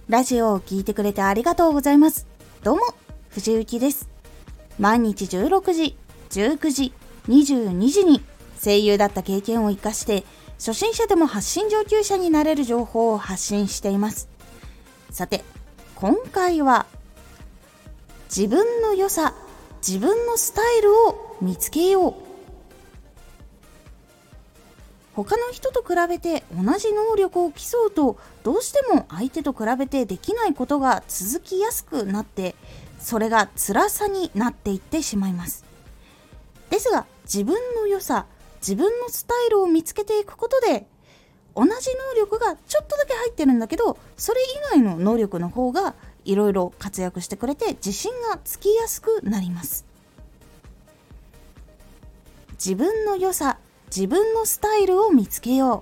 ラジオを聞いてくれてありがとうございます。どうも、藤幸です。毎日16時、19時、22時に声優だった経験を生かして初心者でも発信上級者になれる情報を発信しています。さて、今回は自分の良さ、自分のスタイルを見つけよう。他の人と比べて同じ能力を競うと、どうしても相手と比べてできないことが続きやすくなって、それが辛さになっていってしまいます。ですが、自分の良さ、自分のスタイルを見つけていくことで、同じ能力がちょっとだけ入ってるんだけど、それ以外の能力の方がいろいろ活躍してくれて自信がつきやすくなります。自分の良さ、自分のスタイルを見つけよ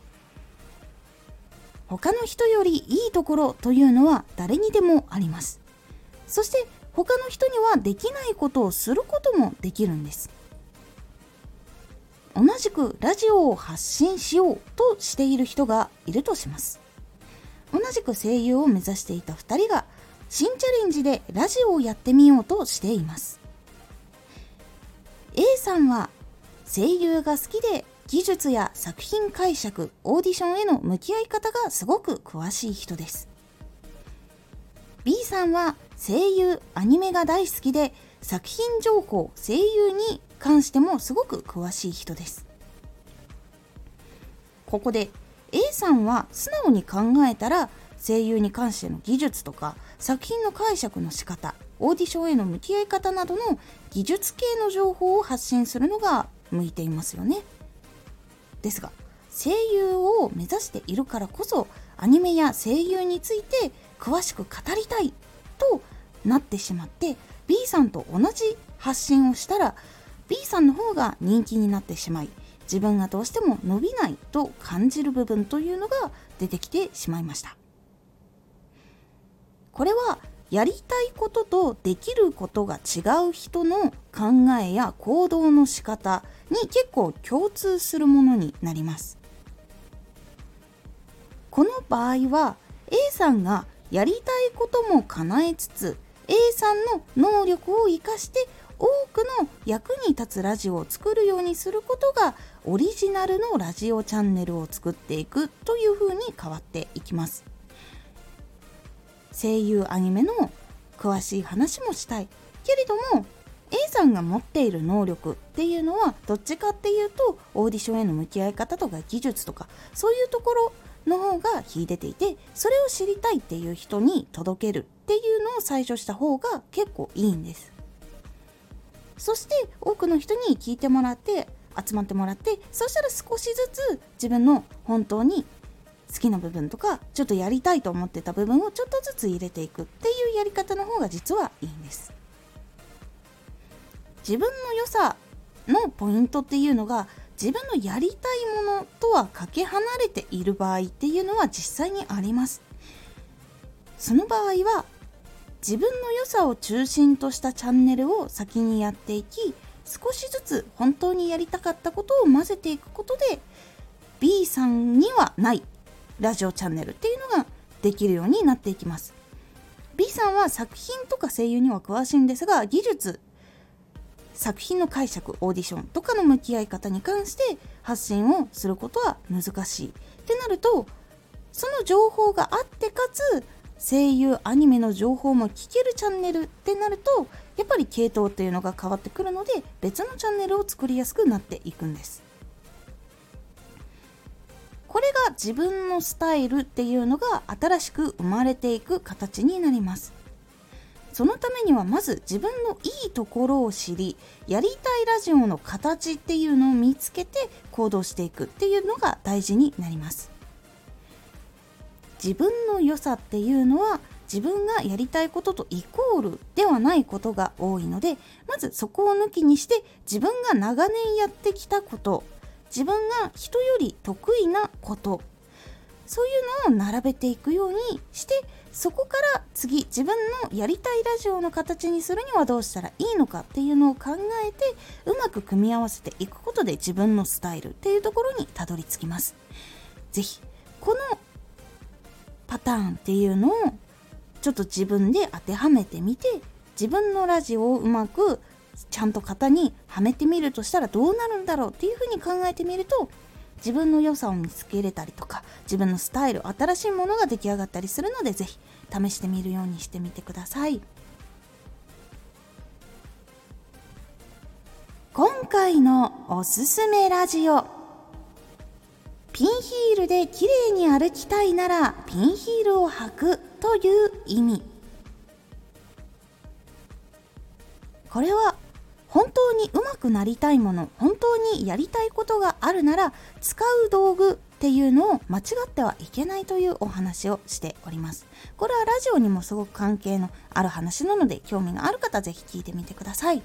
う。他の人よりいいところというのは誰にでもあります。そして他の人にはできないことをすることもできるんです。同じくラジオを発信しようとしている人がいるとします。同じく声優を目指していた2人が新チャレンジでラジオをやってみようとしています。 A さんは声優が好きで、技術や作品解釈、オーディションへの向き合い方がすごく詳しい人です。 B さんは声優、アニメが大好きで、作品情報、声優に関してもすごく詳しい人です。ここで A さんは素直に考えたら、声優に関しての技術とか作品の解釈の仕方、オーディションへの向き合い方などの技術系の情報を発信するのが向いていますよね。ですが、声優を目指しているからこそ、アニメや声優について詳しく語りたいとなってしまって、 B さんと同じ発信をしたら B さんの方が人気になってしまい、自分がどうしても伸びないと感じる部分というのが出てきてしまいました。これはやりたいこととできることが違う人の考えや行動の仕方に結構共通するものになります。この場合は A さんがやりたいことも叶えつつ、 A さんの能力を生かして多くの役に立つラジオを作るようにすることが、オリジナルのラジオチャンネルを作っていくというふうに変わっていきます。声優、アニメの詳しい話もしたいけれども、 A さんが持っている能力っていうのはどっちかっていうと、オーディションへの向き合い方とか技術とか、そういうところの方が秀でていて、それを知りたいっていう人に届けるっていうのを最初した方が結構いいんです。そして多くの人に聞いてもらって、集まってもらって、そしたら少しずつ自分の本当に好きな部分とか、ちょっとやりたいと思ってた部分をちょっとずつ入れていくっていうやり方の方が実はいいんです。自分の良さのポイントっていうのが、自分のやりたいものとはかけ離れている場合っていうのは実際にあります。その場合は自分の良さを中心としたチャンネルを先にやっていき、少しずつ本当にやりたかったことを混ぜていくことで、 B さんにはないラジオチャンネルっていうのができるようになっていきます。 B さんは作品とか声優には詳しいんですが、技術、作品の解釈、オーディションとかの向き合い方に関して発信をすることは難しいってなると、その情報があってかつ声優、アニメの情報も聞けるチャンネルってなると、やっぱり系統っていうのが変わってくるので、別のチャンネルを作りやすくなっていくんです。これが自分のスタイルっていうのが新しく生まれていく形になります。そのためにはまず自分のいいところを知り、やりたいラジオの形っていうのを見つけて行動していくっていうのが大事になります。自分の良さっていうのは自分がやりたいこととイコールではないことが多いので、まずそこを抜きにして自分が長年やってきたこと、自分が人より得意なこと、そういうのを並べていくようにして、そこから次自分のやりたいラジオの形にするにはどうしたらいいのかっていうのを考えて、うまく組み合わせていくことで自分のスタイルっていうところにたどり着きます。ぜひこのパターンっていうのをちょっと自分で当てはめてみて、自分のラジオをうまくちゃんと型にはめてみるとしたらどうなるんだろうっていうふうに考えてみると、自分の良さを見つけれたりとか、自分のスタイル、新しいものが出来上がったりするので、ぜひ試してみるようにしてみてください。今回のおすすめラジオ、ピンヒールで綺麗に歩きたいならピンヒールを履くという意味。これは本当に上手くなりたいもの、本当にやりたいことがあるなら使う道具っていうのを間違ってはいけないというお話をしております。これはラジオにもすごく関係のある話なので、興味のある方ぜひ聞いてみてください。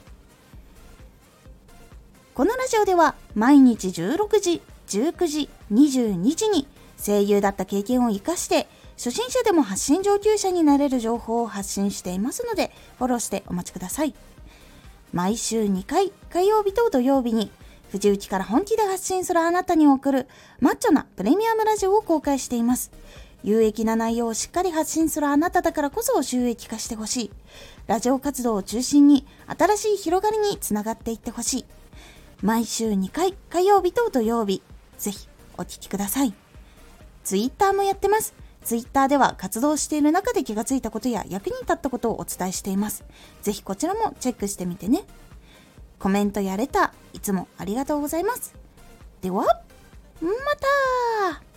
このラジオでは毎日16時、19時、22時に声優だった経験を生かして初心者でも発信上級者になれる情報を発信していますので、フォローしてお待ちください。毎週2回、火曜日と土曜日に藤内から本気で発信するあなたに送るマッチョなプレミアムラジオを公開しています。有益な内容をしっかり発信するあなただからこそ収益化してほしい。ラジオ活動を中心に新しい広がりにつながっていってほしい。毎週2回、火曜日と土曜日、ぜひお聞きください。ツイッターもやってます。ツイッターでは活動している中で気がついたことや役に立ったことをお伝えしています。ぜひこちらもチェックしてみてね。コメントやレター、いつもありがとうございます。では、また。